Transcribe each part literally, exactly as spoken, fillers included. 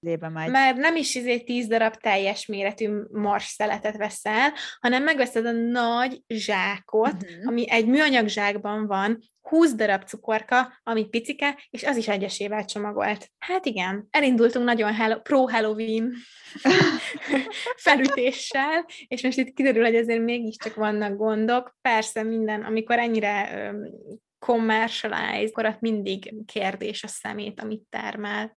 zébe megy. Mert nem is izé tíz darab teljes méretű mars szeletet veszel, hanem megveszed a nagy zsákot, Uh-huh. ami egy műanyag zsákban van, húsz darab cukorka, ami picike, és az is egyesével csomagolt. Hát igen, elindultunk nagyon hello, pro-Halloween felütéssel, és most itt kiderül, hogy azért mégiscsak vannak gondok. Persze minden, amikor ennyire um, commercialize, akkor ott mindig kérdés a szemét, amit termel.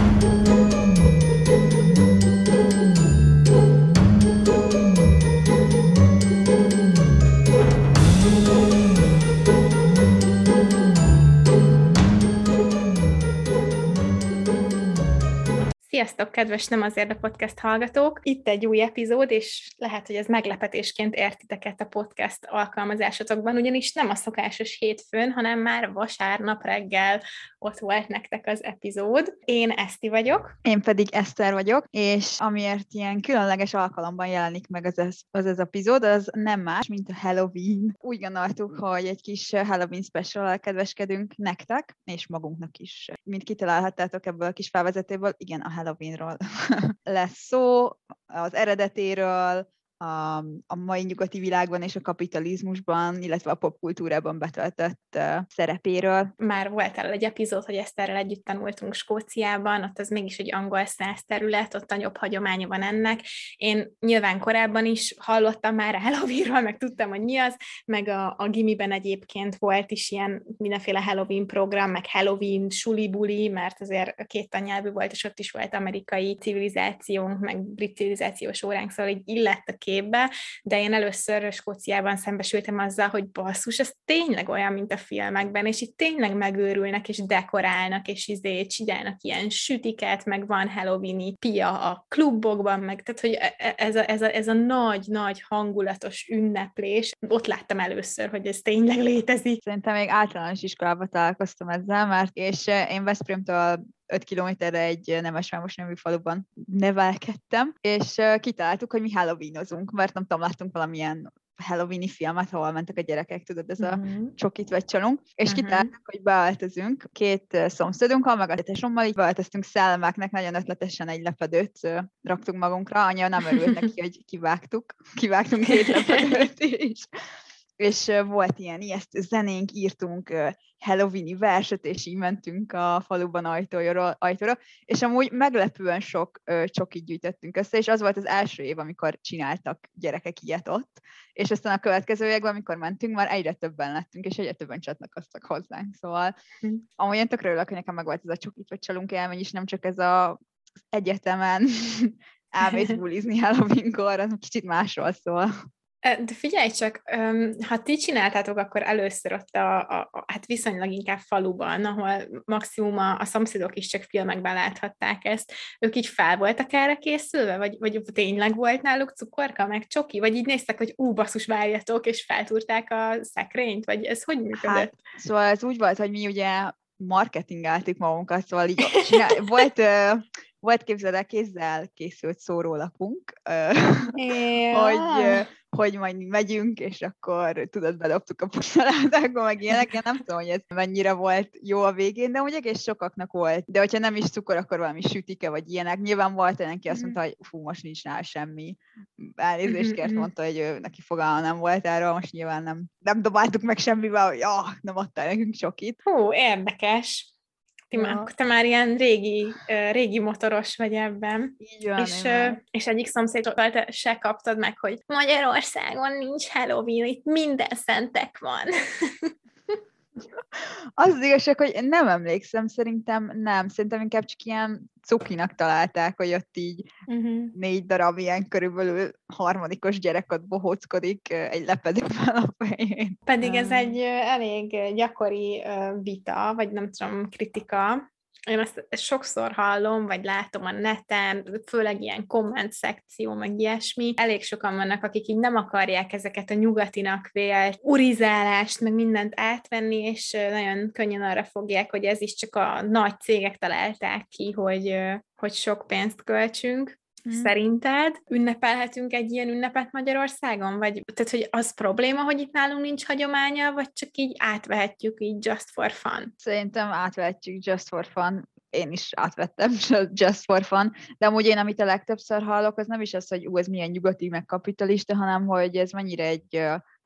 Sziasztok, kedves Nem azért a podcast hallgatók! Itt egy új epizód, és lehet, hogy ez meglepetésként ért titeket a podcast alkalmazásotokban, ugyanis nem a szokásos hétfőn, hanem már vasárnap reggel ott volt nektek az epizód. Én Eszti vagyok. Én pedig Eszter vagyok, és amiért ilyen különleges alkalomban jelenik meg az ez, az, ez epizód, az nem más, mint a Halloween. Úgy gondoltuk, hogy egy kis Halloween special-al kedveskedünk nektek, és magunknak is. Mint kitalálhattátok ebből a kis felvezetőből, igen, a Halloweenról lesz szó, az eredetéről, a, a mai nyugati világban és a kapitalizmusban, illetve a popkultúrában betöltött uh, szerepéről. Már volt el egy epizód, hogy Eszterrel együtt tanultunk Skóciában, ott az mégis egy angol száz terület, ott nagyobb hagyománya van ennek. Én nyilván korábban is hallottam már a Halloweenról, meg tudtam, hogy mi az, meg a, a gimiben egyébként volt is ilyen mindenféle Halloween program, meg Halloween suli-buli, mert azért két tannyelvű volt, és ott is volt amerikai civilizációnk, meg brit civilizációs óránk, szóval így illett a képbe, de én először Skóciában szembesültem azzal, hogy basszus, ez tényleg olyan, mint a filmekben, és itt tényleg megőrülnek, és dekorálnak, és izé csinálnak ilyen sütiket, meg van Halloween-i pia a klubokban, meg tehát, hogy ez a, ez a, ez a nagy-nagy hangulatos ünneplés, ott láttam először, hogy ez tényleg létezik. Szerintem még általános iskolában találkoztam ezzel, mert és én Veszprémtől öt kilométerre egy Nemesvámos nevű faluban nevelkedtem, és kitaláltuk, hogy mi Halloweenozunk, mert nem tudom, láttunk valamilyen Halloween-i filmet, ahol mentek a gyerekek, tudod, ez uh-huh. a csokit vagy csalunk, és uh-huh. kitaláltuk, hogy beöltözünk két szomszédunkkal, meg a tesommal, így beöltöztünk szellemeknek, nagyon ötletesen egy lepedőt raktunk magunkra, anya nem örült neki, hogy kivágtuk, kivágtunk két lepedőt is. És volt ilyen ijesztő zenénk, írtunk Halloween-i verset, és így mentünk a faluban ajtóra, ajtóra, és amúgy meglepően sok csokit gyűjtöttünk össze, és az volt az első év, amikor csináltak gyerekek ilyet ott, és aztán a következő években, amikor mentünk, már egyre többen lettünk, és egyre többen csatlakoztak hozzánk, szóval hm. amúgy én tökre örülök, hogy nekem meg volt ez a csokit vagy csalunk élmény, és nem csak ez a egyetemen elmész bulizni Halloween-kor, az kicsit másról szól. De figyelj csak, ha ti csináltátok, akkor először ott a, a, a hát viszonylag inkább faluban, ahol maximum a, a szomszédok is csak filmekben láthatták ezt, ők így fel voltak erre készülve, vagy, vagy tényleg volt náluk cukorka, meg csoki, vagy így néztek, hogy ú, basszus, várjatok, és feltúrták a szekrényt, vagy ez hogy működött? Hát, szóval ez úgy volt, hogy mi ugye marketingáltuk magunkat, szóval így csinál, volt... Uh, Volt képzeld el, kézzel készült szórólapunk, hogy, hogy majd megyünk, és akkor tudod, bedobtuk a postaládákba, meg ilyenek. Én nem tudom, hogy ez mennyire volt jó a végén, de úgy egész sokaknak volt. De hogyha nem is cukor, akkor valami sütike, vagy ilyenek. Nyilván volt olyan, aki azt mondta, hogy fú, most nincs nála semmi. Elnézést kért, mondta, hogy ő, neki fogalma nem volt erről, most nyilván nem, nem dobáltuk meg semmivel, hogy ah, nem adtál nekünk sokit. Hú, érdekes. Ti ja. Te már ilyen régi, uh, régi motoros vagy ebben. Így van, és, uh, és egyik szomszédtól te se kaptad meg, hogy Magyarországon nincs Halloween, itt minden szentek van. Az az igazság, hogy nem emlékszem, szerintem nem. Szerintem inkább csak ilyen cukinak találták, hogy ott így uh-huh. négy darab ilyen körülbelül harmadikos gyerek ott bohóckodik egy lepedőben a fején. Pedig ez egy elég gyakori vita, vagy nem tudom, kritika. Én ezt, ezt sokszor hallom, vagy látom a neten, főleg ilyen komment szekció, meg ilyesmi. Elég sokan vannak, akik így nem akarják ezeket a nyugatinak vélt urizálást, meg mindent átvenni, és nagyon könnyen arra fogják, hogy ez is csak a nagy cégek találták ki, hogy, hogy sok pénzt költsünk. Hmm. Szerinted ünnepelhetünk egy ilyen ünnepet Magyarországon? Vagy tehát, hogy az probléma, hogy itt nálunk nincs hagyománya, vagy csak így átvehetjük így just for fun? Szerintem átvehetjük just for fun. én is átvettem, just for fun, de amúgy én, amit a legtöbbször hallok, az nem is az, hogy ú, ez milyen nyugati, meg kapitalista, hanem hogy ez mennyire egy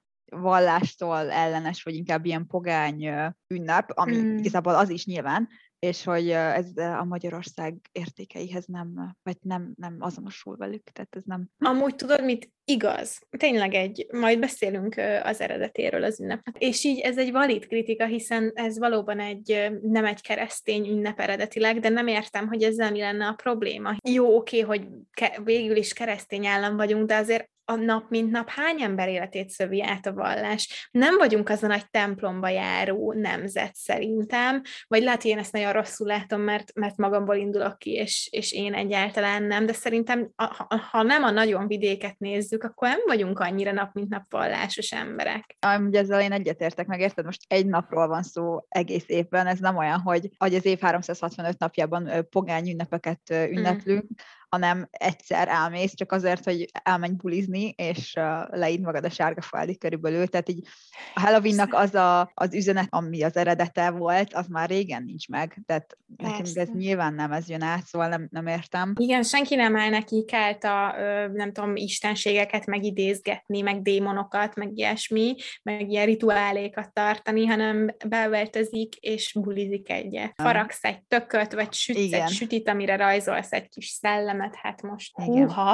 vallástól ellenes, vagy inkább ilyen pogány ünnep, ami mm. igazából az is nyilván, és hogy ez a Magyarország értékeihez nem, vagy nem, nem azonosul velük, tehát ez nem... Amúgy tudod, mit igaz? Tényleg egy, majd beszélünk az eredetéről az ünnepnek. És így ez egy valid kritika, hiszen ez valóban egy, nem egy keresztény ünnep eredetileg, de nem értem, hogy ezzel mi lenne a probléma. Jó, oké, hogy ke- végül is keresztény állam vagyunk, de azért a nap mint nap hány ember életét szövi át a vallás? Nem vagyunk az a nagy templomba járó nemzet szerintem, vagy lehet, hogy én ezt nagyon rosszul látom, mert, mert magamból indulok ki, és, és én egyáltalán nem, de szerintem ha, ha nem a nagyon vidéket nézzük, akkor nem vagyunk annyira nap mint nap vallásos emberek. Amúgy ezzel én egyetértek, meg érted, most egy napról van szó egész évben, ez nem olyan, hogy, hogy az év háromszázhatvanöt napjában pogány ünnepeket ünneplünk, mm. hanem egyszer elmész, csak azért, hogy elmenj bulizni, és uh, leíd magad a sárga faldig körülbelül. Tehát így a Halloweennak az a, az üzenet, ami az eredete volt, az már régen nincs meg. Tehát nekünk ez nyilván nem ez jön át, szóval nem, nem értem. Igen, senki nem áll neki kelt a, nem tudom, istenségeket megidézgetni, meg démonokat, meg ilyesmi, meg ilyen rituálékat tartani, hanem beöltözik és bulizik egyet. Faragsz egy tököt, vagy sütsz egy sütit, amire rajzolsz egy kis szellemet, hát most húha.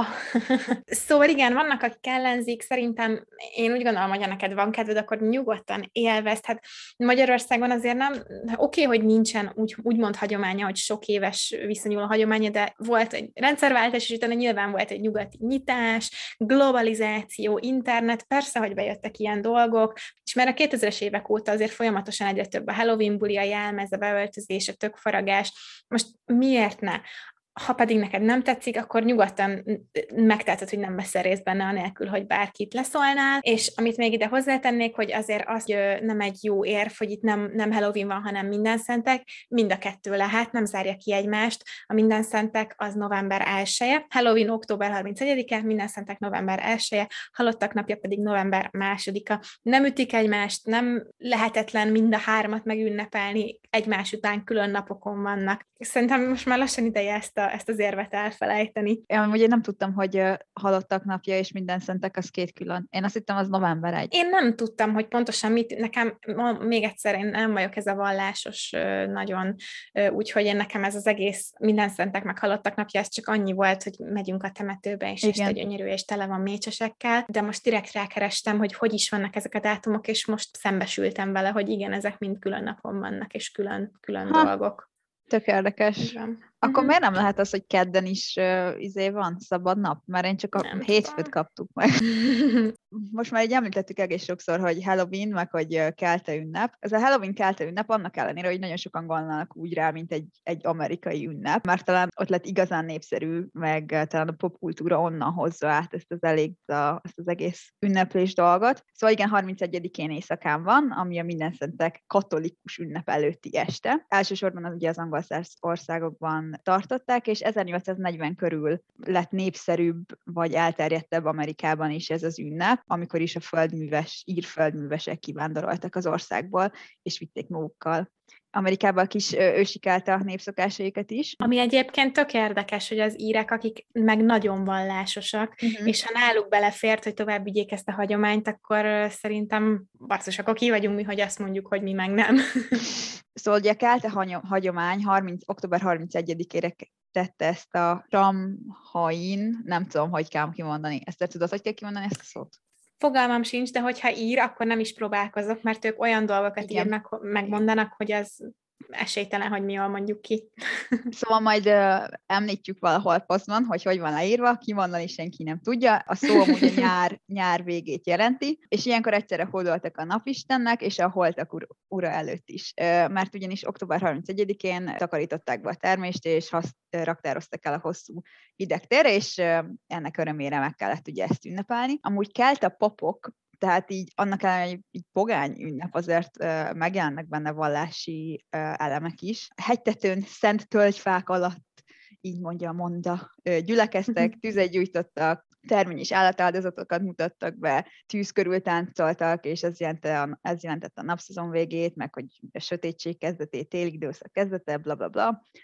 Szóval igen, vannak, akik ellenzik, szerintem én úgy gondolom, hogy ha neked van kedved, akkor nyugodtan élvezd. Hát Magyarországon azért nem, oké, okay, hogy nincsen úgy, úgymond hagyománya, hogy sok éves viszonyuló hagyománya, de volt egy rendszerváltás, és utána nyilván volt egy nyugati nyitás, globalizáció, internet, persze, hogy bejöttek ilyen dolgok, és már a kétezres évek óta azért folyamatosan egyre több a Halloween buli, a jelmez, a beöltözés, a tökfaragás. Most miért ne? Ha pedig neked nem tetszik, akkor nyugodtan megteheted, hogy nem veszel részt benne, anélkül, hogy bárkit leszólnál, és amit még ide hozzátennék, hogy azért az hogy nem egy jó érv, hogy itt nem, nem Halloween van, hanem Mindenszentek, mind a kettő lehet, nem zárja ki egymást. A Mindenszentek az november elseje, Halloween október harmincegyedike, Mindenszentek november elseje, Halottak napja pedig november másodika. Nem ütik egymást, nem lehetetlen mind a hármat megünnepelni, egymás után külön napokon vannak. Szerintem most már lassan ideje ezt, a, ezt az érvet elfelejteni. Én ugye nem tudtam, hogy Halottak napja és Mindenszentek az két külön. Én azt hittem, az november elseje. Én nem tudtam, hogy pontosan mit, nekem még egyszer, én nem vagyok ez a vallásos nagyon, úgyhogy én nekem ez az egész Mindenszentek meg Halottak napja, ez csak annyi volt, hogy megyünk a temetőbe, és este gyönyörű, és tele van mécsesekkel, de most direkt rákerestem, hogy hogy is vannak ezek a dátumok, és most szembesültem vele, hogy igen, ezek mind külön napon vannak, és külön, külön ha. dolgok. Tök érdekes. Igen. Akkor uh-huh. miért nem lehet az, hogy kedden is uh, izé van, szabad nap? Mert én csak a nem hétfőt tudom. kaptuk meg. Most már így említettük egész sokszor, hogy Halloween, meg hogy kelte ünnep. Ez a Halloween kelte ünnep annak ellenére, hogy nagyon sokan gondolnak úgy rá, mint egy, egy amerikai ünnep, mert talán ott lett igazán népszerű, meg talán a popkultúra onnan hozza át ezt az elég, a, ezt az egész ünneplés dolgot. Szóval igen, harmincegyedikén éjszakán van, ami a Mindenszentek katolikus ünnep előtti este. Elsősorban az ugye az angol országokban tartották, és ezernyolcszáznegyven körül lett népszerűbb, vagy elterjedtebb Amerikában is ez az ünnep, amikor is a földműves, ír földművesek kivándoroltak az országból, és vitték magukkal Amerikában kis ősikáta népszokásaikat is. Ami egyébként tök érdekes, hogy az írek, akik meg nagyon vallásosak, uh-huh. és ha náluk belefért, hogy tovább vigyék ezt a hagyományt, akkor szerintem basszus, akkor ki vagyunk mi, hogy azt mondjuk, hogy mi meg nem. Szóval ugye a kelte hagyomány harminc, október harmincegyedikére tette ezt a Samhain, nem tudom, hogy kell kimondani. Ezt te tudod, hogy kell kimondani ezt a szót? Fogalmam sincs, de hogyha ír, akkor nem is próbálkozok, mert ők olyan dolgokat Igen. írnak, megmondanak, hogy az esélytelen, hogy mi jól mondjuk ki. Szóval majd uh, említjük valahol posztban, hogy hogy van leírva, kimondani senki nem tudja. A szó amúgy a nyár, nyár végét jelenti, és ilyenkor egyszerre hódoltak a napistennek, és a holtak ur- ura előtt is. Uh, mert ugyanis október harmincegyedikén takarították be a termést, és hasz, uh, raktároztak el a hosszú hideg térre, és uh, ennek örömére meg kellett ugye ezt ünnepelni. Amúgy kelt a popok, tehát így annak ellenére, hogy így pogány ünnep, azért uh, megjelennek benne vallási uh, elemek is. Hegytetőn szent tölgyfák alatt, így mondja a monda, uh, gyülekeztek, tüzet gyújtottak, termény és állatáldozatokat mutattak be, tűz körül táncoltak, és ez jelentette, ez jelentette a napszezon végét, meg hogy a sötétség kezdetét, téli időszak kezdete, bla bla bla.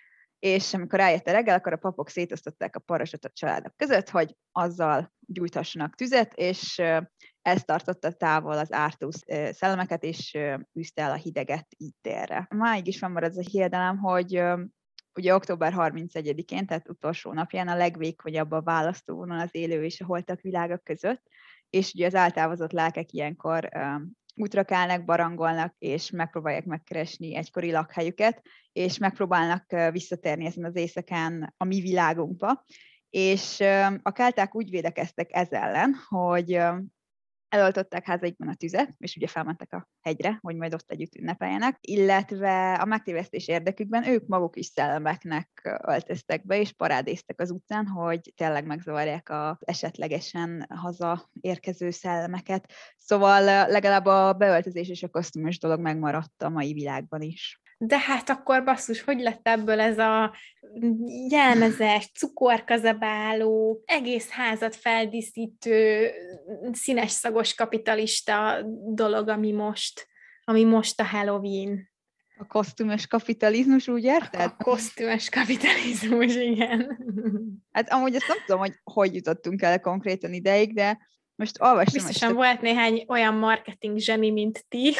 és amikor rájött a reggel, akkor a papok szétosztották a parazsot a családok között, hogy azzal gyújthassanak tüzet, és ez tartotta távol az ártó szellemeket, és űzte el a hideget így délre. Máig is fennmarad az a hiedelem, hogy ugye október harmincegyedikén, tehát utolsó napján a legvékonyabb a választóvonal az élő és a holtak világa között, és ugye az eltávozott lelkek ilyenkor útra kelnek, barangolnak, és megpróbálják megkeresni egykori lakhelyüket, és megpróbálnak visszatérni ezen az éjszakán a mi világunkba. És a kelták úgy védekeztek ez ellen, hogy eloltották házaikban a tüzet, és ugye felmentek a hegyre, hogy majd ott együtt ünnepeljenek, illetve a megtévesztés érdekükben ők maguk is szellemeknek öltöztek be, és parádéztek az utcán, hogy tényleg megzavarják az esetlegesen hazaérkező szellemeket. Szóval legalább a beöltözés és a kosztümös dolog megmaradt a mai világban is. De hát akkor basszus, hogy lett ebből ez a jelmezes, cukorkazabáló, egész házat feldíszítő, színes szagos kapitalista dolog, ami most, ami most a Halloween. A kosztümös kapitalizmus, úgy érted? A kosztümös kapitalizmus, igen. Hát amúgy ezt nem tudom, hogy hogy jutottunk el konkrétan ideig, de most olvastam. Biztosan ezt... volt néhány olyan marketing zseni, mint ti,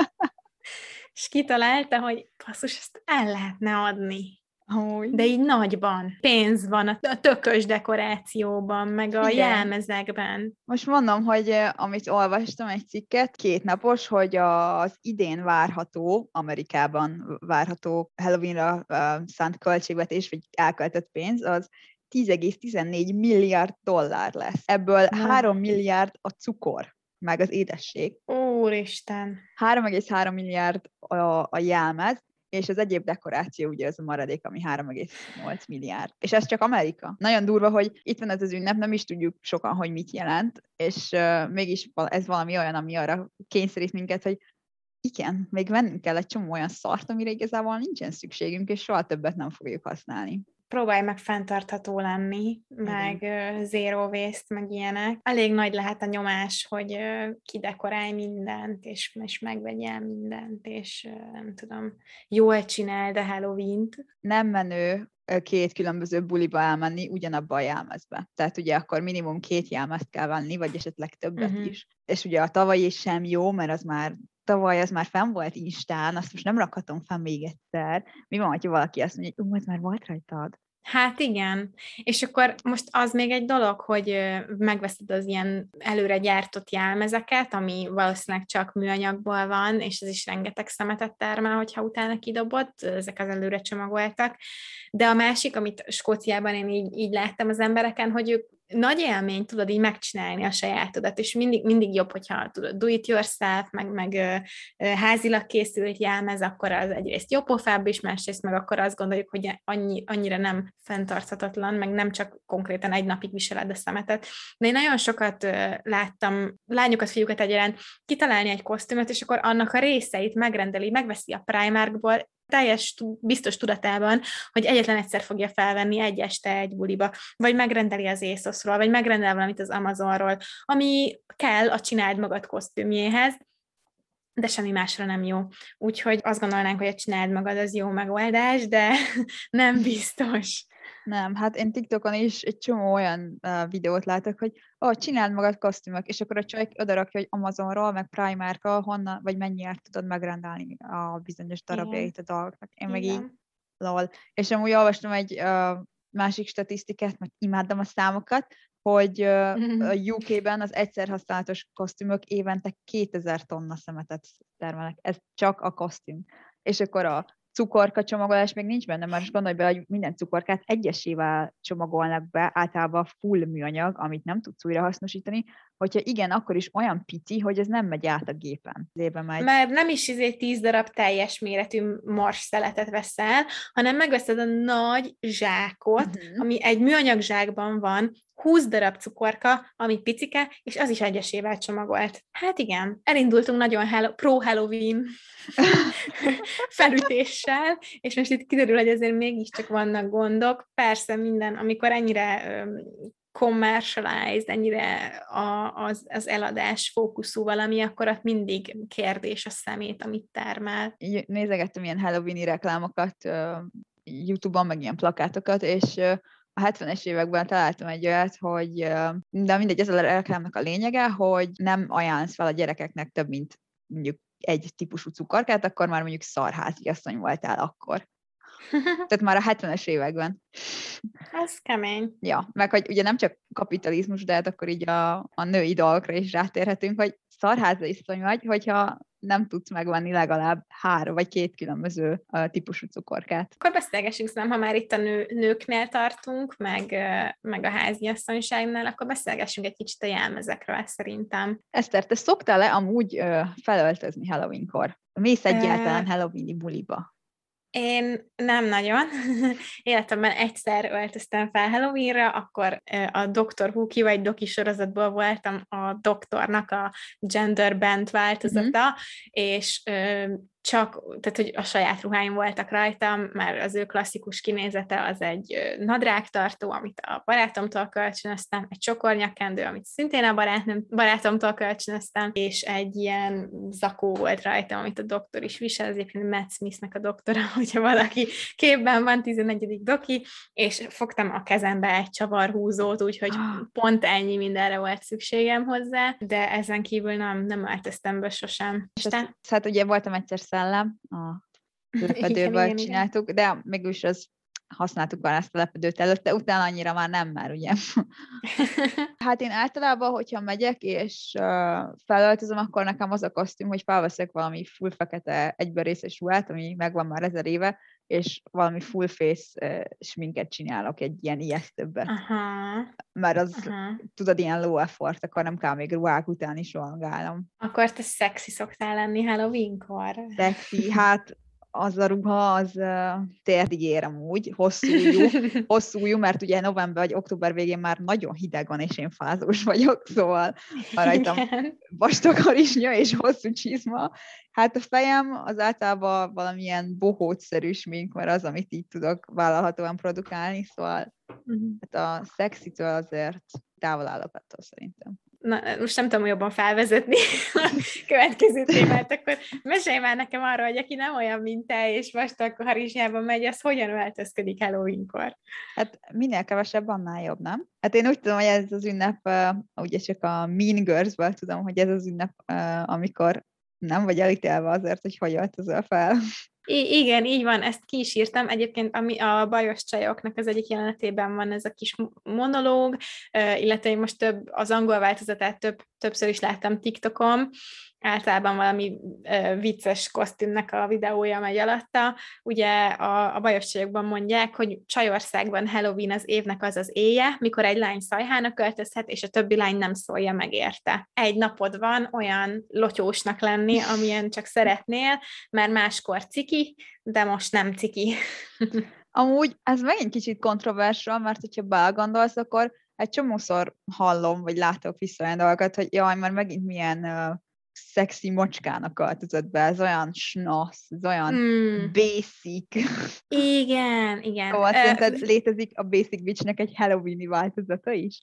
és kitalálta, hogy basszus, ezt el lehetne adni. Amúgy. De így nagyban. Pénz van a tökös dekorációban, meg a igen. jelmezekben. Most mondom, hogy amit olvastam egy cikket, kétnapos, hogy az idén várható, Amerikában várható Halloweenra uh, szánt költségvetés, vagy elköltött pénz, az tíz egész tizennégy milliárd dollár lesz. Ebből hmm. három milliárd a cukor, meg az édesség. Úristen! három egész három milliárd a, a jelmez, és az egyéb dekoráció ugye az a maradék, ami három egész nyolc milliárd. És ez csak Amerika. Nagyon durva, hogy itt van ez az ünnep, nem is tudjuk sokan, hogy mit jelent, és uh, mégis ez valami olyan, ami arra kényszerít minket, hogy igen, még vennünk kell egy csomó olyan szart, amire igazából nincsen szükségünk, és soha többet nem fogjuk használni. Próbálj meg fenntartható lenni, meg uh, zero waste, meg ilyenek. Elég nagy lehet a nyomás, hogy uh, kidekorálj mindent, és, és megvegyél mindent, és uh, nem tudom, jól csináld a Halloween-t. Nem menő két különböző buliba elmenni ugyanabba a jelmezbe. Tehát ugye akkor minimum két jelmezt kell venni, vagy esetleg többet uh-huh. is. És ugye a tavalyi sem jó, mert az már tavaly az már fenn volt Instán, azt most nem rakhatom fenn még egyszer. Mi van, hogyha valaki azt mondja, hogy ú, ez már volt rajtad? Hát igen, és akkor most az még egy dolog, hogy megveszed az ilyen előre gyártott jelmezeket, ami valószínűleg csak műanyagból van, és ez is rengeteg szemetet termel, hogyha utána kidobod, ezek az előre csomagoltak. De a másik, amit Skóciában én így, így láttam az embereken, hogy ők nagy élmény, tudod így megcsinálni a sajátodat, és mindig, mindig jobb, hogyha tudod do it yourself, meg, meg ö, ö, házilag készült jelmez, akkor az egyrészt jó pofább is, másrészt meg akkor azt gondoljuk, hogy annyi, annyira nem fenntarthatatlan, meg nem csak konkrétan egy napig viseled a szemetet. De én nagyon sokat ö, láttam lányokat, fiúkat egyaránt kitalálni egy kosztümöt, és akkor annak a részeit megrendeli, megveszi a Primarkból, teljes biztos tudatában, hogy egyetlen egyszer fogja felvenni egy este egy buliba, vagy megrendeli az ASOS-ról, vagy megrendel valamit az Amazonról, ami kell a csináld magad kosztümjéhez, de semmi másra nem jó. Úgyhogy azt gondolnánk, hogy a csináld magad az jó megoldás, de nem biztos. Nem, hát én TikTokon is egy csomó olyan uh, videót látok, hogy oh, csináld magad kosztümök, és akkor a csaj odarakja, hogy Amazonról, meg Primarkról, honnan, vagy mennyiért tudod megrendelni a bizonyos darabjait a dolgoknak. Én meg így, lol. És amúgy olvastam egy uh, másik statisztikát, meg imádom a számokat, hogy uh, a U K-ben az egyszer használatos kosztümök évente kétezer tonna szemetet termelnek. Ez csak a kosztüm. És akkor a cukorka csomagolás még nincs benne, mert most gondolj bele, hogy minden cukorkát egyesével csomagolnak be, általában full műanyag, amit nem tudsz újra hasznosítani, hogyha igen, akkor is olyan pici, hogy ez nem megy át a gépen. Megy. Mert nem is izé tíz darab teljes méretű mars szeletet veszel, hanem megveszed a nagy zsákot, uh-huh. ami egy műanyag zsákban van, húsz darab cukorka, ami picike, és az is egyesével csomagolt. Hát igen, elindultunk nagyon hello, pro-Halloween felütéssel, és most itt kiderül, hogy azért mégiscsak vannak gondok. Persze minden, amikor ennyire um, commercialized, ennyire a, az, az eladás fókuszú valami, akkor ott mindig kérdés a szemét, amit termel. Nézegettem ilyen Halloween-i reklámokat uh, YouTube-on, meg ilyen plakátokat, és a hetvenes években találtam egy olyat, hogy, de mindegy, ez a reklámnak a lényege, hogy nem ajánlsz fel a gyerekeknek több, mint mondjuk egy típusú cukorkát, akkor már mondjuk szarházi asszony voltál akkor. Tehát már a hetvenes években. Ez kemény. Ja, meg hogy ugye nem csak kapitalizmus, de hát akkor így a, a női dolgokra is rátérhetünk, hogy szarházi asszony vagy, hogyha nem tudsz megvenni legalább három vagy két különböző uh, típusú cukorkát. Akkor beszélgessünk, szóval, ha már itt a nő, nőknél tartunk, meg, meg a háziasszonyságnál, akkor beszélgessünk egy kicsit a jelmezekről szerintem. Eszter, te szoktál-e amúgy uh, felöltözni Halloweenkor? Mész egyáltalán Halloweeni buliba? Én nem nagyon. Életemben egyszer öltöztem fel Halloweenra, akkor a doktor Who ki vagy doki sorozatból voltam a doktornak a gender bent változata, mm-hmm. és csak, tehát hogy a saját ruháim voltak rajtam, mert az ő klasszikus kinézete az egy nadrágtartó, amit a barátomtól kölcsönöztem, egy csokornyakkendő, amit szintén a barátnőm, barátomtól kölcsönöztem, és egy ilyen zakó volt rajtam, amit a doktor is visel, az egyébként Matt Smithnek a doktora, hogyha valaki képben van, tizennegyedik doki, és fogtam a kezembe egy csavarhúzót, úgyhogy pont ennyi mindenre volt szükségem hozzá, de ezen kívül nem, nem öltöztem be sosem. És te? Hát ugye voltam egyszer szellem, a lepedőből csináltuk, igen. De mégis az használtuk már ezt a lepedőt előtte, utána annyira már nem már, ugye? Hát én általában, hogyha megyek és uh, felöltözöm, akkor nekem az a kosztüm, hogy felveszek valami full fekete egyberészes ruhát, ami megvan már ezer éve, és valami full face uh, sminket csinálok, egy ilyen ijesztőbbet. Aha. Mert az, Aha. tudod, ilyen low effort, akkor nem kell még ruhák után is rohangálnom. Akkor te szexi szoktál lenni Halloweenkor? Szexi, hát az a ruha, az uh, térdig ér amúgy, hosszújú, hosszújú, mert ugye november vagy október végén már nagyon hideg van, és én fázós vagyok, szóval rajtam vastag harisnya és hosszú csizma. Hát a fejem az általában valamilyen bohótszerű smink, mert az, amit így tudok vállalhatóan produkálni, szóval uh-huh. hát a szexitől azért távol állok attól szerintem. Na, most nem tudom jobban felvezetni a következő témát, akkor mesélj már nekem arra, hogy aki nem olyan, mint te, és vastag harisnyában megy, az hogyan öltözködik Halloweenkor? Hát minél kevesebb, annál jobb, nem? Hát én úgy tudom, hogy ez az ünnep, uh, ugye csak a Mean Girls-ből tudom, hogy ez az ünnep, uh, amikor nem vagy elítélve azért, hogy hogy öltözöl fel. I- igen, így van, ezt ki is írtam. Egyébként ami a bajos csajoknak az egyik jelenetében van ez a kis monológ, illetve én most több, az angol változatát több, többször is láttam TikTokon, általában valami uh, vicces kosztümnek a videója megy alatta. Ugye a, a bajos csajokban mondják, hogy Csajországban Halloween az évnek az az éje, mikor egy lány szajhának öltözhet, és a többi lány nem szólja meg érte. Egy napod van olyan lotyósnak lenni, amilyen csak szeretnél, mert máskor ciki, de most nem ciki. Amúgy ez megint kicsit kontroversál, mert hogyha belegondolsz, akkor egy csomószor hallom, vagy látok vissza olyan dolgokat, hogy jaj, már megint milyen uh, szexi mocskának öltözött be, ez olyan snasz, ez olyan mm. basic. Igen, igen. Szóval szerinted uh, létezik a Basic Bitchnek egy Halloween-i változata is?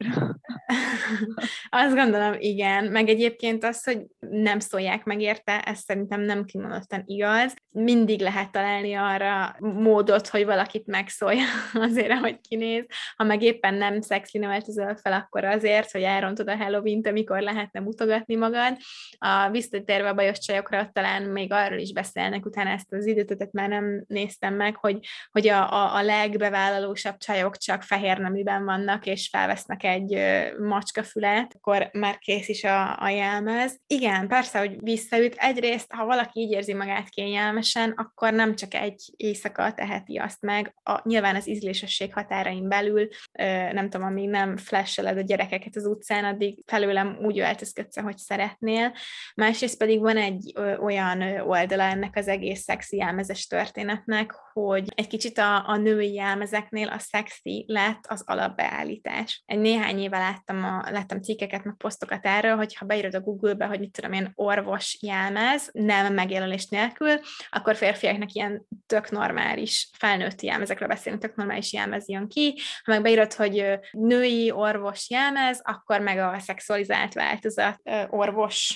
Azt gondolom, igen. Meg egyébként az, hogy nem szólják meg érte, ez szerintem nem kimondottan igaz. Mindig lehet találni arra módot, hogy valakit megszólja azért, ahogy kinéz. Ha meg éppen nem szexi öltözöl fel, akkor azért, hogy elrontod a Halloween-t, amikor lehetne mutogatni magad. A visszatérve a bajos csajokra, talán még arról is beszélnek, utána ezt az időtötet már nem néztem meg, hogy, hogy a, a, a legbevállalósabb csajok csak fehér neműben vannak, és felvesznek egy macskafület, akkor már kész is a, a jelmez. Igen, persze, hogy visszaüt. Egyrészt, ha valaki így érzi magát kényelmesen, akkor nem csak egy éjszaka teheti azt meg, a, nyilván az ízlésesség határain belül, nem tudom, amíg nem flasheled a gyerekeket az utcán, addig felőlem úgy öltözködsz, ahogy szeretnél. Másrészt pedig van egy ö, olyan oldala ennek az egész szexi jelmezes történetnek, hogy egy kicsit a, a női jelmezeknél a szexi lett az alapbeállítás. Egy néhány éve láttam, a, láttam cikkeket, meg posztokat erről, hogy ha beírod a Google-be, hogy mit tudom én, orvos jelmez, nem megjelölés nélkül, akkor férfiaknak ilyen tök normális, felnőtti jelmezekről beszélünk, tök normális jelmez jön ki. Ha meg beírod, hogy női orvos jelmez, akkor meg a szexualizált változat, orvos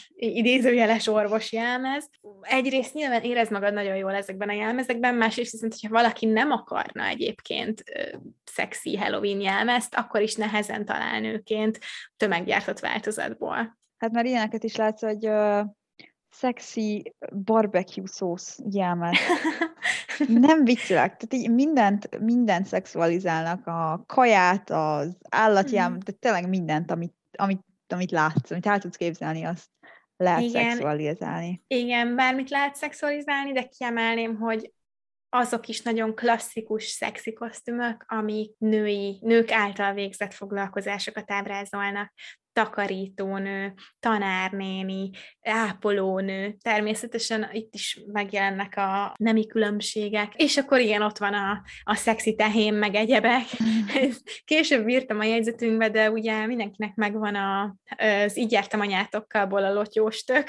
idézőjeles orvos jelmez. Egyrészt nyilván érez magad nagyon jól ezekben a jelmezekben, másrészt viszont, hogyha valaki nem akarna egyébként ö, szexi Halloween jelmezt, akkor is nehezen talál nőként tömeggyártott változatból. Hát már ilyeneket is látsz, hogy uh, szexi barbecue szósz jelmez. Nem viccelek, tehát így mindent, mindent szexualizálnak, a kaját, az állatjelmez, mm. tehát tényleg mindent, amit, amit, amit látsz, amit el tudsz képzelni, azt lehet Igen. szexualizálni. Igen, bármit lehet szexualizálni, de kiemelném, hogy azok is nagyon klasszikus szexi kosztümök, amik női, nők által végzett foglalkozásokat ábrázolnak. Takarítónő, tanárnéni, ápolónő, természetesen itt is megjelennek a nemi különbségek, és akkor igen, ott van a, a szexi tehén, meg egyebek. Később írtam a jegyzetünkbe, de ugye mindenkinek megvan a, az így jártam anyátokkalból a lotyós tök,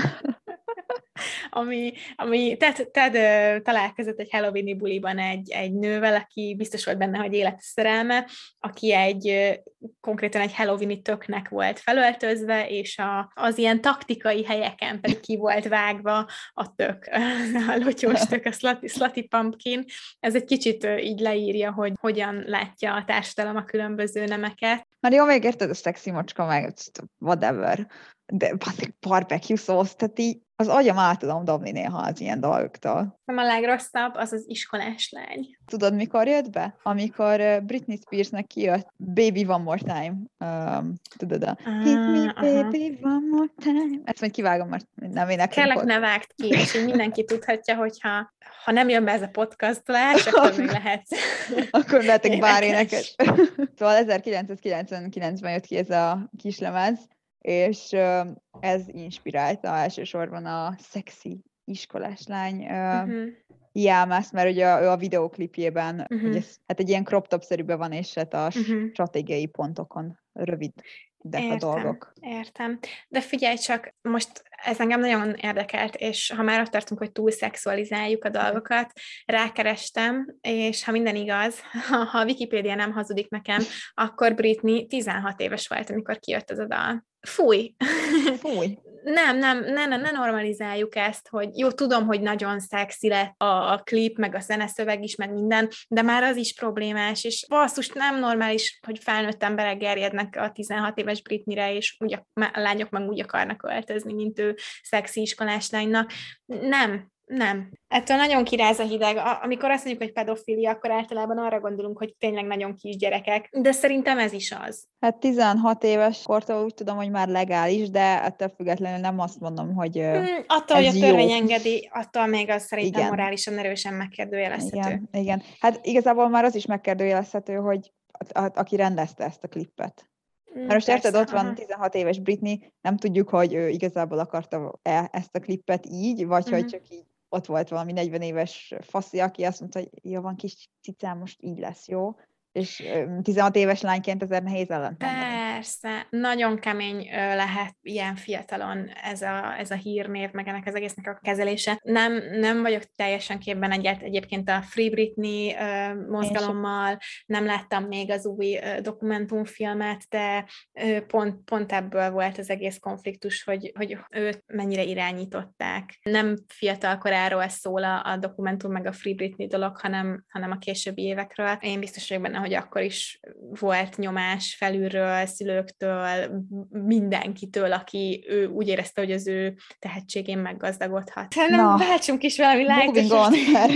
ami, ami Ted, Ted találkozott egy Halloweeni buliban egy, egy nővel, aki biztos volt benne, hogy életes szerelme, aki egy konkrétan egy Halloweeni töknek volt felöltözve, és a, az ilyen taktikai helyeken pedig ki volt vágva a tök, a lotyós tök, a slutty, slutty pumpkin. Ez egy kicsit így leírja, hogy hogyan látja a társadalom a különböző nemeket. Már jó, még érted a szexi macska, meg whatever, de barbecue szósz, tehát így az agyam át tudom dobni néha az ilyen dolgoktól. Nem a legrosszabb, az az iskolás lány. Tudod, mikor jött be? Amikor Britney Spearsnek kijött Baby One More Time. Um, tudod, a ah, Hit me baby aha. One more time. Ezt majd kivágom, mert nem éneklünk. Kellek ne vágd ki, és így mindenki tudhatja, hogyha ha nem jön be ez a podcastlás, akkor még lehet. Akkor lehetek bár énekes. Szóval ezerkilencszázkilencvenkilencben jött ki ez a kislemez, és uh, ez inspirálta elsősorban a szexi iskolás lány uh, uh-huh. jelmezt, mert ugye ő a videóklipjében uh-huh. ugye, hát egy ilyen crop top-szerűben van, és hát a uh-huh. stratégiai pontokon rövid de a dolgok. Értem. De figyelj csak, most ez engem nagyon érdekelt, és ha már ott tartunk, hogy túl szexualizáljuk a dolgokat, rákerestem, és ha minden igaz, ha a Wikipédia nem hazudik nekem, akkor Britney tizenhat éves volt, amikor kijött ez a dal. Fúj! Fúj! Nem, nem, ne, ne, ne normalizáljuk ezt, hogy jó, tudom, hogy nagyon szexi lett a, a klip, meg a zeneszöveg is, meg minden, de már az is problémás, és basszus, nem normális, hogy felnőtt emberek gerjednek a tizenhat éves Britneyre, és úgy a, a lányok meg úgy akarnak öltözni, mint ő szexi iskolás lánynak. Nem. Nem. Ettől nagyon kiráz a hideg. Amikor azt mondjuk, hogy pedofilia, akkor általában arra gondolunk, hogy tényleg nagyon kisgyerekek. De szerintem ez is az. Hát tizenhat éves kortól úgy tudom, hogy már legális, de ettől függetlenül nem azt mondom, hogy hmm, attól, hogy a törvény engedi, attól még az szerintem igen. morálisan erősen megkérdőjelezhető. Igen, igen. Hát igazából már az is megkérdőjelezhető, hogy a, a, aki rendezte ezt a klippet. Mert most érted, ott van aha. tizenhat éves Britney, nem tudjuk, hogy ő igazából akarta ezt a klippet így, vagy uh-huh. hogy csak így ott volt valami negyven éves faszi, aki azt mondta, hogy jó, van kis cicám, most így lesz, jó? És tizenhat éves lányként ezért nehéz ellent mondani. Persze, nagyon kemény lehet ilyen fiatalon ez a, ez a hírnév, meg ennek az egésznek a kezelése. Nem, nem vagyok teljesen képben egyet, egyébként a Free Britney uh, mozgalommal, nem láttam még az új uh, dokumentumfilmet, de uh, pont, pont ebből volt az egész konfliktus, hogy, hogy őt mennyire irányították. Nem fiatal koráról szól a, a dokumentum, meg a Free Britney dolog, hanem, hanem a későbbi évekről. Én biztos vagyok benne, hogy akkor is volt nyomás felülről, szülőktől, mindenkitől, aki ő úgy érezte, hogy az ő tehetségén meggazdagodhat. Nem váltsunk is valami lájtos.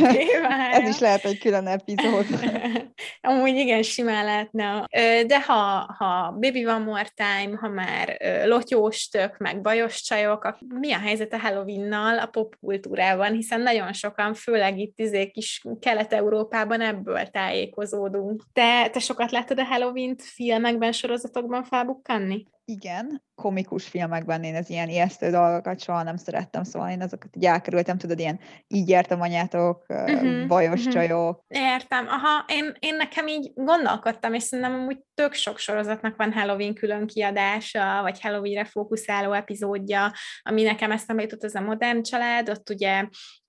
Ez is lehet egy külön epizód. Amúgy igen, simán lehetne. De ha, ha Baby One More Time, ha már lotyós tök, meg bajos csajok, mi a helyzet a Halloweennal a popkultúrában, hiszen nagyon sokan, főleg itt izék is Kelet-Európában ebből tájékozódunk. Te, te sokat láttad a Halloween-t filmekben, sorozatokban felbukkanni? Igen, komikus filmekben én az ilyen ijesztő dolgokat soha nem szerettem, szóval én azokat így elkerültem, tudod, ilyen így jártam anyátok, uh-huh, bajos uh-huh. csajok. Értem, aha, én, én nekem így gondolkodtam, és szerintem amúgy tök sok sorozatnak van Halloween külön kiadása, vagy Halloweenre fókuszáló epizódja, ami nekem eszembe jutott, az a Modern Család, ott ugye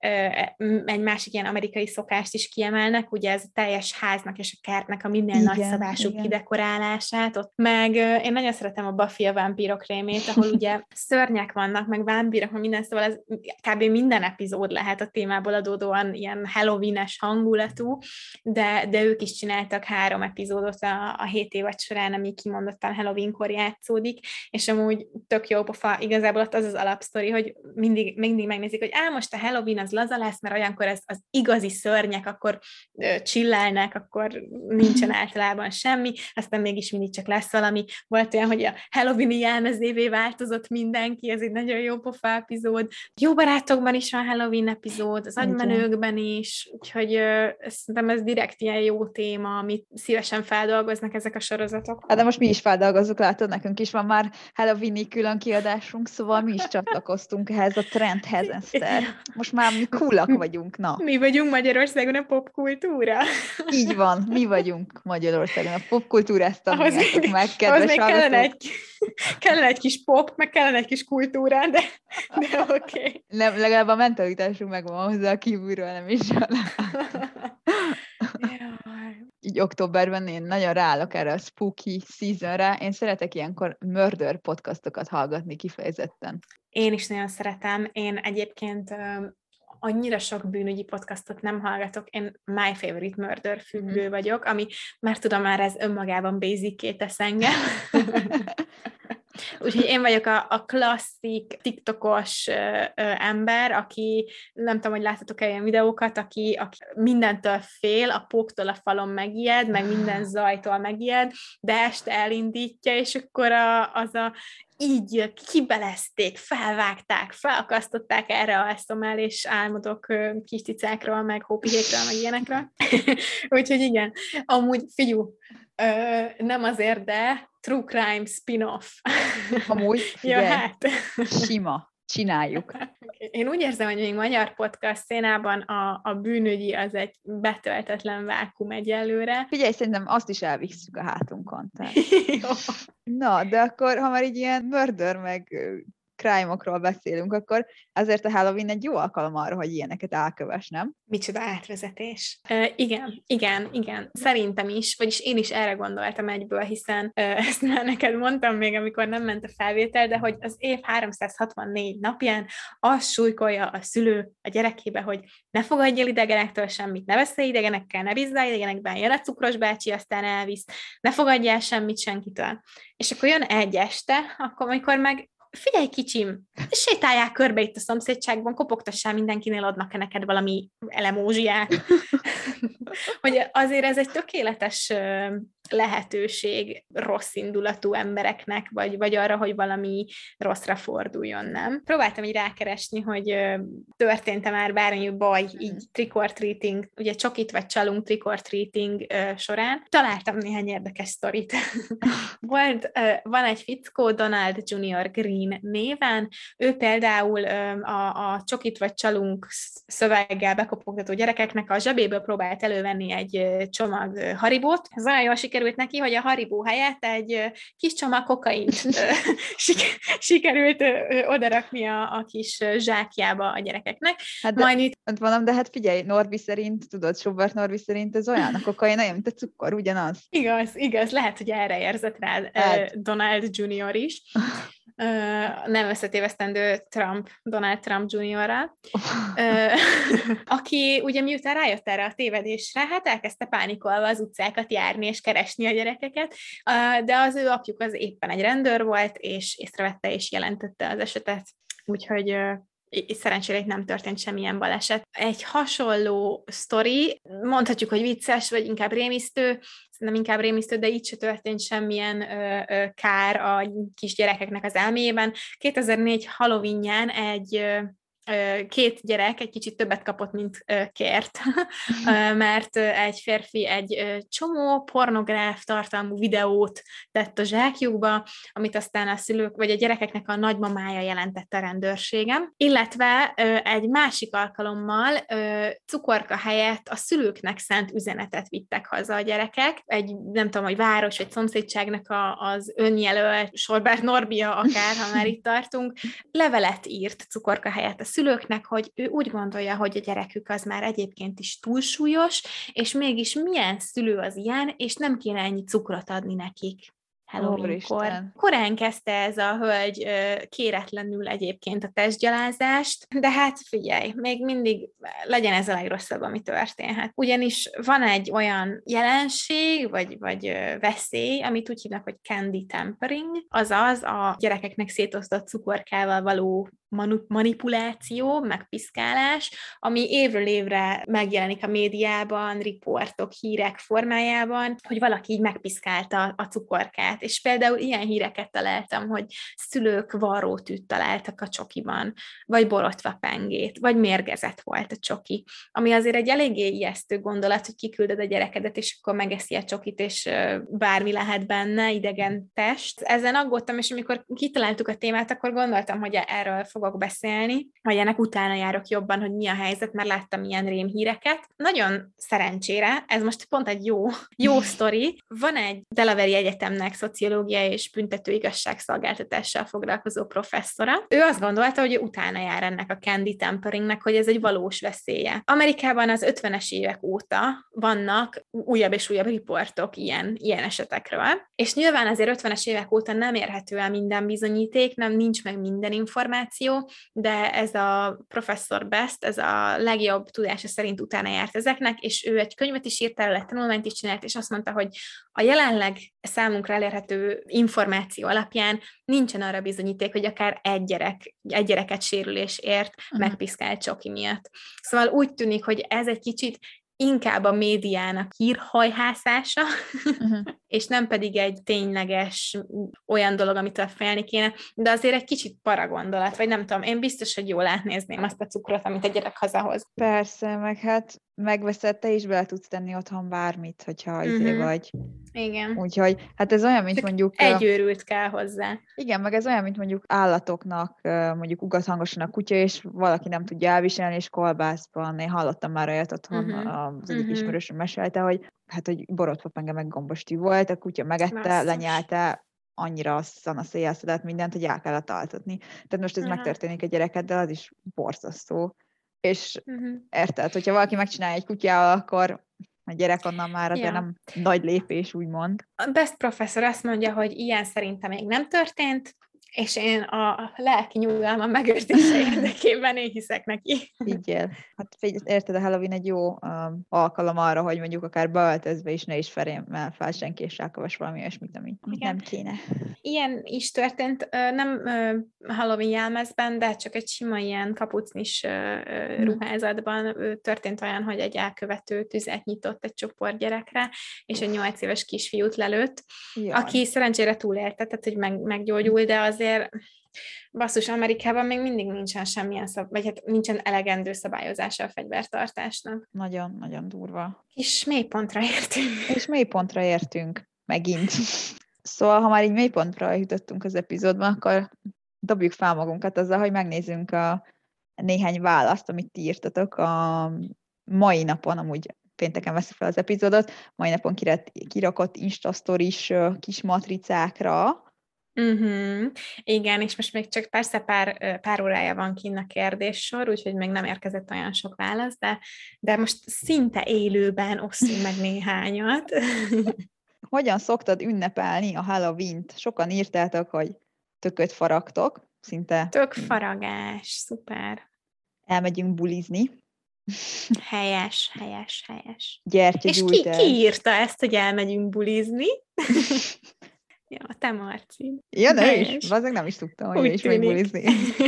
egy másik ilyen amerikai szokást is kiemelnek, ugye ez a teljes háznak és a kertnek a minden nagyszabású kidekorálását, ott meg én nagyon szeretem a Buffy a vámpírok rémét, ahol ugye szörnyek vannak, meg vámpírok, meg minden, szóval ez kb. Minden epizód lehet a témából adódóan ilyen Halloween-es hangulatú, de, de ők is csináltak három epizódot a, a hét évad során, ami kimondottan Halloweenkor játszódik, és amúgy tök jó pofa, igazából ott az az alapsztori, hogy mindig, mindig megnézik, hogy á, most a Halloween az laza lesz, mert olyankor ez az igazi szörnyek, akkor ö, chillelnek, akkor nincsen általában semmi, aztán mégis mindig csak lesz valami. Volt olyan, hogy a Halloween-i jelmezévé változott mindenki, ez egy nagyon jó pofa epizód. Jó barátokban is van Halloween epizód, az agymenőkben is, úgyhogy ö, szerintem ez direkt ilyen jó téma, amit szívesen feldolgoznak ezek a sorozatok. Hát de most mi is feldolgozzuk, látod, nekünk is van már Halloween-i külön kiadásunk, szóval mi is csatlakoztunk ehhez a trendhez, Eszter. Most már mi coolak vagyunk, na. Mi vagyunk Magyarországon a popkultúra. Így van, mi vagyunk Magyarországon a popkultúrát tanuljátok meg, kedves ahhoz még hallgatók. kellene egy, kellene egy kis pop, meg kellene egy kis kultúra, de, de oké. Okay. Nem, legalább a mentalitásunk megvan hozzá a kívülről, nem is így októberben én nagyon ráállok erre a spooky seasonre. Én szeretek ilyenkor murder podcastokat hallgatni kifejezetten. Én is nagyon szeretem. Én egyébként annyira sok bűnügyi podcastot nem hallgatok, én My Favorite Murder függő vagyok, ami már tudom, már ez önmagában basic-ké tesz engem. Úgyhogy én vagyok a, a klasszik TikTokos ö, ö, ember, aki, nem tudom, hogy láttatok-e ilyen videókat, aki, aki mindentől fél, a póktól a falon megijed, meg minden zajtól megijed, de este elindítja, és akkor a, az a így kibelezték, felvágták, felakasztották, erre alszom el, és álmodok kis cicákról, meg hópihékről, meg ilyenekről. Úgyhogy igen, amúgy figyú, ö, nem azért, de True Crime spin-off. Amúgy, figyelj, Jöhet. Sima. Csináljuk. Én úgy érzem, hogy még magyar podcast szénában a, a bűnügyi az egy betöltetlen vákum egyelőre. Figyelj, szerintem azt is elvisszük a hátunkon. Na, de akkor, ha már így ilyen murder meg crime-okról beszélünk, akkor azért a Halloween egy jó alkalom arra, hogy ilyeneket elkövess, nem? Micsoda átvezetés. Uh, igen, igen, igen. Szerintem is, vagyis én is erre gondoltam egyből, hiszen uh, ezt már neked mondtam még, amikor nem ment a felvétel, de hogy az év háromszázhatvannégy napján azt súlykolja a szülő a gyerekébe, hogy ne fogadj el idegenektől semmit, ne beszélj idegenekkel, ne bízzál idegenekben, jön a cukros bácsi, aztán elvisz, ne fogadj el semmit senkitől. És akkor jön egy este, akkor amikor meg figyelj kicsim, sétáljál körbe itt a szomszédságban, kopogtassál mindenkinél, adnak-e neked valami elemózsiát. Hogy azért ez egy tökéletes lehetőség rossz indulatú embereknek, vagy, vagy arra, hogy valami rosszra forduljon, nem? Próbáltam így rákeresni, hogy történt-e már bármi baj, így trick-or-treating, ugye csokit vagy csalunk trick-or-treating során. Találtam néhány érdekes sztorit. Volt, van egy fickó, Donald junior Green néven, ő például a, a csokit vagy csalunk szöveggel bekopogtató gyerekeknek a zsebéből próbált elővenni egy csomag Haribót. Ez olyan jól sikerült neki, hogy a Haribó helyett egy kis csomag kokaint sikerült odarakni a, a kis zsákjába a gyerekeknek. Hát de, Majd itt... Mondom, de hát figyelj, Norbi szerint, tudod, Schubert Norbi szerint ez olyan, a kokain olyan, mint a cukor, ugyanaz. Igaz, igaz, lehet, hogy erre érzett rá hát. Donald junior is. Uh, nem összetévesztendő Trump, Donald Trump juniorral, uh, aki ugye miután rájött erre a tévedésre, hát elkezdte pánikolva az utcákat járni és keresni a gyerekeket, uh, de az ő apjuk az éppen egy rendőr volt, és észrevette és jelentette az esetet, úgyhogy uh, és szerencsére itt nem történt semmilyen baleset. Egy hasonló sztori, mondhatjuk, hogy vicces, vagy inkább rémisztő, nem inkább rémisztő, de így se történt semmilyen ö, ö, kár a kisgyerekeknek az elméjében. kétezer-négy Halloweenján egy ö, két gyerek egy kicsit többet kapott, mint kért, mert egy férfi egy csomó pornográf tartalmú videót tett a zsákjukba, amit aztán a szülők, vagy a gyerekeknek a nagymamája jelentett a rendőrségem, illetve egy másik alkalommal cukorka helyett a szülőknek szánt üzenetet vittek haza a gyerekek, egy nem tudom, hogy város vagy szomszédságnak a, az önjelölt Sorbert Norbia akár, ha már itt tartunk, levelet írt cukorka helyett a szülőknek, hogy ő úgy gondolja, hogy a gyerekük az már egyébként is túlsúlyos, és mégis milyen szülő az ilyen, és nem kéne ennyi cukrot adni nekik. Halloweenkor. Úristen. Korán kezdte ez a hölgy kéretlenül egyébként a testgyalázást, de hát figyelj, még mindig legyen ez a legrosszabb, ami történhet. Ugyanis van egy olyan jelenség, vagy, vagy veszély, amit úgy hívnak, hogy candy tampering, azaz a gyerekeknek szétosztott cukorkával való manipuláció, megpiszkálás, ami évről évre megjelenik a médiában, riportok, hírek formájában, hogy valaki így megpiszkálta a cukorkát. És például ilyen híreket találtam, hogy szülők varrótűt találtak a csokiban, vagy borotva pengét, vagy mérgezett volt a csoki. Ami azért egy eléggé ijesztő gondolat, hogy kiküldöd a gyerekedet, és akkor megeszi a csokit, és bármi lehet benne, idegen test. Ezen aggódtam, és amikor kitaláltuk a témát, akkor gondoltam, hogy erről fogok beszélni, vagy ennek utána járok jobban, hogy mi a helyzet, mert láttam ilyen rémhíreket. Nagyon szerencsére, ez most pont egy jó, jó sztori. Van egy Delaware Egyetemnek szociológia és büntető igazságszolgáltatással foglalkozó professzora. Ő azt gondolta, hogy ő utána jár ennek a candy tamperingnek, hogy ez egy valós veszélye. Amerikában az ötvenes évek óta vannak újabb és újabb riportok ilyen, ilyen esetekről, és nyilván azért ötvenes évek óta nem érhető el minden bizonyíték, nem nincs meg minden információ, de ez a professzor Best, ez a legjobb tudása szerint utána járt ezeknek, és ő egy könyvet is írt, erről egy tanulmányt is csinált, és azt mondta, hogy a jelenleg számunkra elérhető információ alapján nincsen arra bizonyíték, hogy akár egy gyerek, egy gyereket sérülés ért uh-huh. megpiszkált csoki miatt. Szóval úgy tűnik, hogy ez egy kicsit inkább a médiának hírhajhászása, uh-huh. és nem pedig egy tényleges olyan dolog, amitől félni kéne, de azért egy kicsit paragondolat, vagy nem tudom, én biztos, hogy jól átnézném azt a cukrot, amit a gyerek hazahoz. Persze, meg hát megveszed, te is bele tudsz tenni otthon bármit, hogyha uh-huh. izé vagy. Igen. Úgyhogy, hát ez olyan, mint Csak mondjuk... Egy őrült kell hozzá. Igen, meg ez olyan, mint mondjuk állatoknak, mondjuk ugat hangosan a kutya, és valaki nem tudja elviselni, és kolbászban. Én hallottam már olyat otthon, uh-huh. az egyik uh-huh. ismerősöm mesélte, hogy hát, hogy borotva penge meg gombostű volt, a kutya megette, Basszus. lenyelte, annyira szanaszéjjel szedett mindent, hogy el kellett altatni. Tehát most ez uh-huh. megtörténik a gyerekeddel, az is borzasztó. És uh-huh. érted, hogyha valaki megcsinálja egy kutyával, akkor a gyerek onnan már azért ja. nem nagy lépés, úgymond. A Best professzor azt mondja, hogy ilyen szerintem még nem történt, és én a lelki nyugalma megőrzése érdekében én hiszek neki. Higgyél. Hát érted, a Halloween egy jó um, alkalom arra, hogy mondjuk akár beöltözve is ne is felémmel fel senki, és rákavas valami olyasmit, ami nem kéne. Ilyen is történt, nem Halloween jelmezben, de csak egy sima ilyen kapucnis ruházatban történt olyan, hogy egy elkövető tüzet nyitott egy csoport gyerekre, és egy nyolc éves kisfiút lelőtt, Jaj. aki szerencsére túlélte, tehát hogy meg, meggyógyul, de azért basszus, Amerikában még mindig nincsen semmilyen szab, vagy hát nincsen elegendő szabályozása a fegyvertartásnak. Nagyon-nagyon durva. És mélypontra értünk. És mélypontra értünk, megint. Szóval, ha már így mélypontra jutottunk az epizódban, akkor dobjuk fel magunkat azzal, hogy megnézzünk a néhány választ, amit ti írtatok a mai napon, amúgy pénteken veszük fel az epizódot, mai napon kirakott Instastory-s kis matricákra. Uh-huh. Igen, és most még csak persze pár, pár órája van kinn a kérdéssor, úgyhogy még nem érkezett olyan sok válasz, de, de most szinte élőben osztunk meg néhányat. Hogyan szoktad ünnepelni a Halloween-t? Sokan írtátok, hogy tököt faragtok, szinte... Tökfaragás, szuper. Elmegyünk bulizni. Helyes, helyes, helyes. Gyertyagyújtás. És ki, ki írta ezt, hogy elmegyünk bulizni? Ja, te Marci. Ja, nem is. Azért nem is tudtam, hogy is megy bulizni.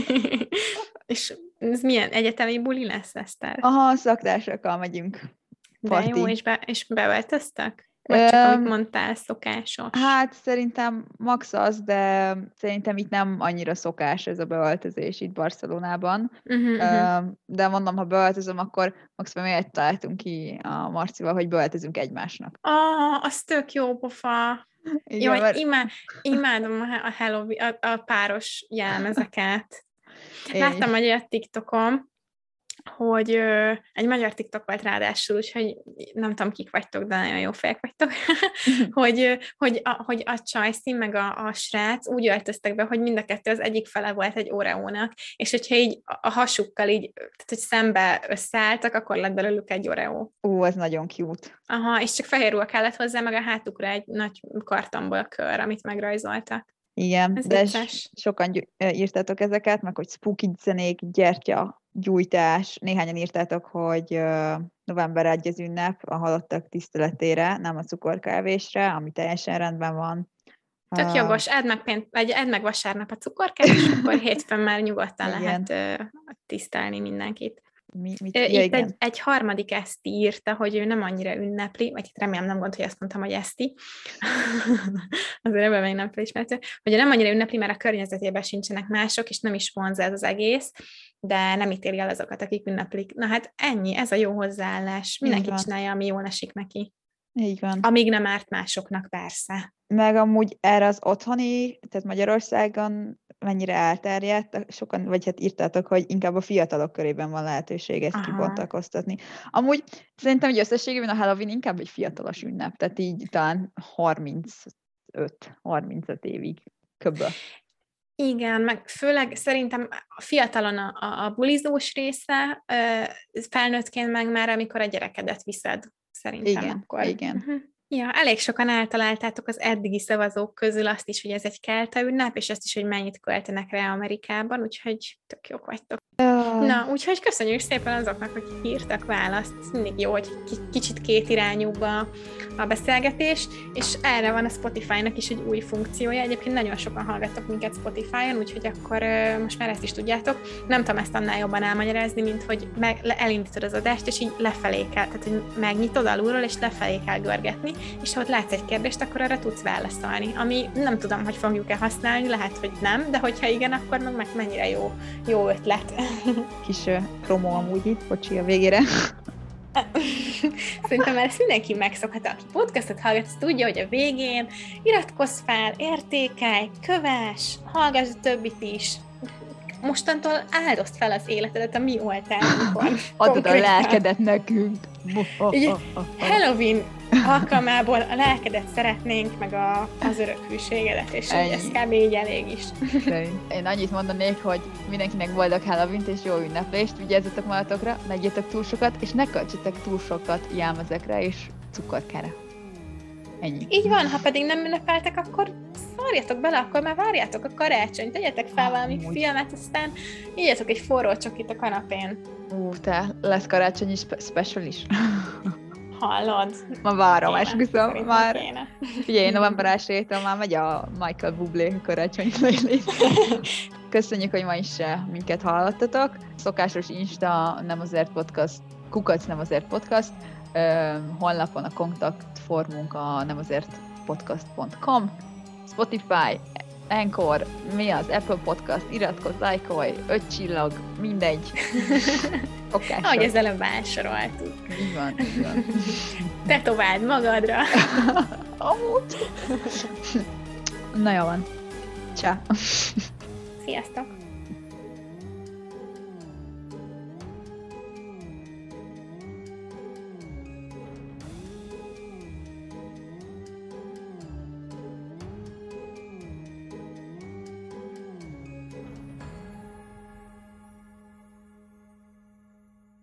És ez milyen egyetemi buli lesz, Eszter? Aha, szaktársakkal megyünk. Parti. De jó, és, be, és beöltöztek? Vagy csak, amit mondtál, szokásos? Hát szerintem max az, de szerintem itt nem annyira szokás ez a beöltözés itt Barcelonában. Uh-huh, de mondom, ha beöltözöm, akkor maximum miért találtunk ki a Marcival, hogy beöltözünk egymásnak. Ah, az tök jó pofa. Igen, jó, mert... imá, imádom a, Halloween, a, a páros jelmezeket. Láttam egy olyat TikTokon, hogy ö, egy magyar TikTok volt ráadásul, úgyhogy nem tudom, kik vagytok, de nagyon jó fejek vagytok, hogy, hogy, a, hogy a Csajci meg a, a srác úgy öltöztek be, hogy mind a kettő az egyik fele volt egy Oreónak, és hogyha így a hasukkal így, tehát hogy szembe összeálltak, akkor lett belőlük egy Oreo. Ú, ez nagyon cute. Aha, és csak fehér ruha kellett hozzá, meg a hátukra egy nagy kartonból kör, amit megrajzoltak. Igen, Ez de vicces. sokan gy- írtátok ezeket, meg hogy spooky zenék, gyertya, gyújtás. Néhányan írtátok, hogy uh, november elseje az ünnep a halottak tiszteletére, nem a cukorkávésre, ami teljesen rendben van. Tök Uh, jogos, edd meg, pént, vagy edd meg vasárnap a cukorkát, és akkor hétfőn már nyugodtan Igen. lehet uh, tisztelni mindenkit. Mi, mit, Ö, ja, Itt igen. egy, egy harmadik Eszti írta, hogy ő nem annyira ünnepli, vagy remélem nem gond, hogy azt mondtam, hogy Eszti, azért ebben még nem felismerhető, hogy ő nem annyira ünnepli, mert a környezetében sincsenek mások, és nem is vonz ez az egész, de nem ítéli el azokat, akik ünneplik. Na hát ennyi, ez a jó hozzáállás. Mindenki van. csinálja, ami jól esik neki. Így van. Amíg nem árt másoknak, persze. Meg amúgy erre az otthoni, tehát Magyarországon mennyire elterjedt, sokan, vagy hát írtátok, hogy inkább a fiatalok körében van lehetőség ezt Aha. kibontakoztatni. Amúgy szerintem, hogy összességében a Halloween inkább egy fiatalos ünnep, tehát így talán harmincöt harmincöt évig köbben. Igen, meg főleg szerintem a fiatalon a, a, a bulizós része, felnőttként meg már, amikor a gyerekedet viszed, szerintem Igen, akkor. igen. Uh-huh. Ja, elég sokan eltaláltátok az eddigi szavazók közül azt is, hogy ez egy kelta ünnep, és azt is, hogy mennyit költenek rá Amerikában, úgyhogy tök jók vagytok. Uh, Na, úgyhogy köszönjük szépen azoknak, hogy írtak választ. Ez mindig jó, hogy k- kicsit kétirányúbb a, a beszélgetés, és erre van a Spotify-nak is egy új funkciója. Egyébként nagyon sokan hallgattok minket Spotify-on, úgyhogy akkor uh, most már ezt is tudjátok. Nem tudom ezt annál jobban elmagyarázni, mint hogy meg, le, elindítod az adást, és így lefelé kell, tehát hogy megnyitod alulról, és lefelé kell görgetni, és ha ott látsz egy kérdést, akkor arra tudsz válaszolni. Ami nem tudom, hogy fogjuk-e használni, lehet, hogy nem, de hogyha igen, akkor meg, meg mennyire jó, jó ötlet. Kis uh, promo amúgy itt, bocsi a végére. Szerintem már ezt mindenki megszokhatta. Aki podcastot hallgat, az tudja, hogy a végén iratkozz fel, értékelj, kövess, hallgass a többit is. Mostantól áldozd fel az életedet a mi oltárunkon. Adod a lelkedet nekünk. Így Halloween alkalmából a lelkedet szeretnénk, meg a, az örök hűségedet, és így ez kb. Így elég is. Én annyit mondanék, hogy mindenkinek boldog Halloween-t és jó ünneplést, vigyázzatok magatokra, ne egyetek túl sokat, és ne költsetek túl sokat jelmezekre és cukorkára. Ennyi. Így van, ha pedig nem ünnepeltek, akkor szarjatok bele, akkor már várjátok a karácsonyt, tegyetek fel valami Amúgy. filmet, aztán ígyatok egy forró csokit a kanapén. Ú, te, lesz karácsonyi spe- special is. Hallod? Ma várom, Kéne. esküszöm, Szerintem már. kéne. Figyelj, november elsejétől már megy a Michael Bublé karácsonyi playlist. Köszönjük, hogy ma is minket hallottatok. Szokásos Insta, nem azért podcast, kukac nem azért podcast. Honlapon a kontaktformunk a nem azért podcast pont com, Spotify, Anchor, mi az, Apple Podcast, iratkozz, lájkolj, öt csillag, mindegy. Okásra. Ahogy az előbb elsoroltuk. Így van, így van. Tetováld magadra. Amúgy. Na jó van. Csá. Sziasztok!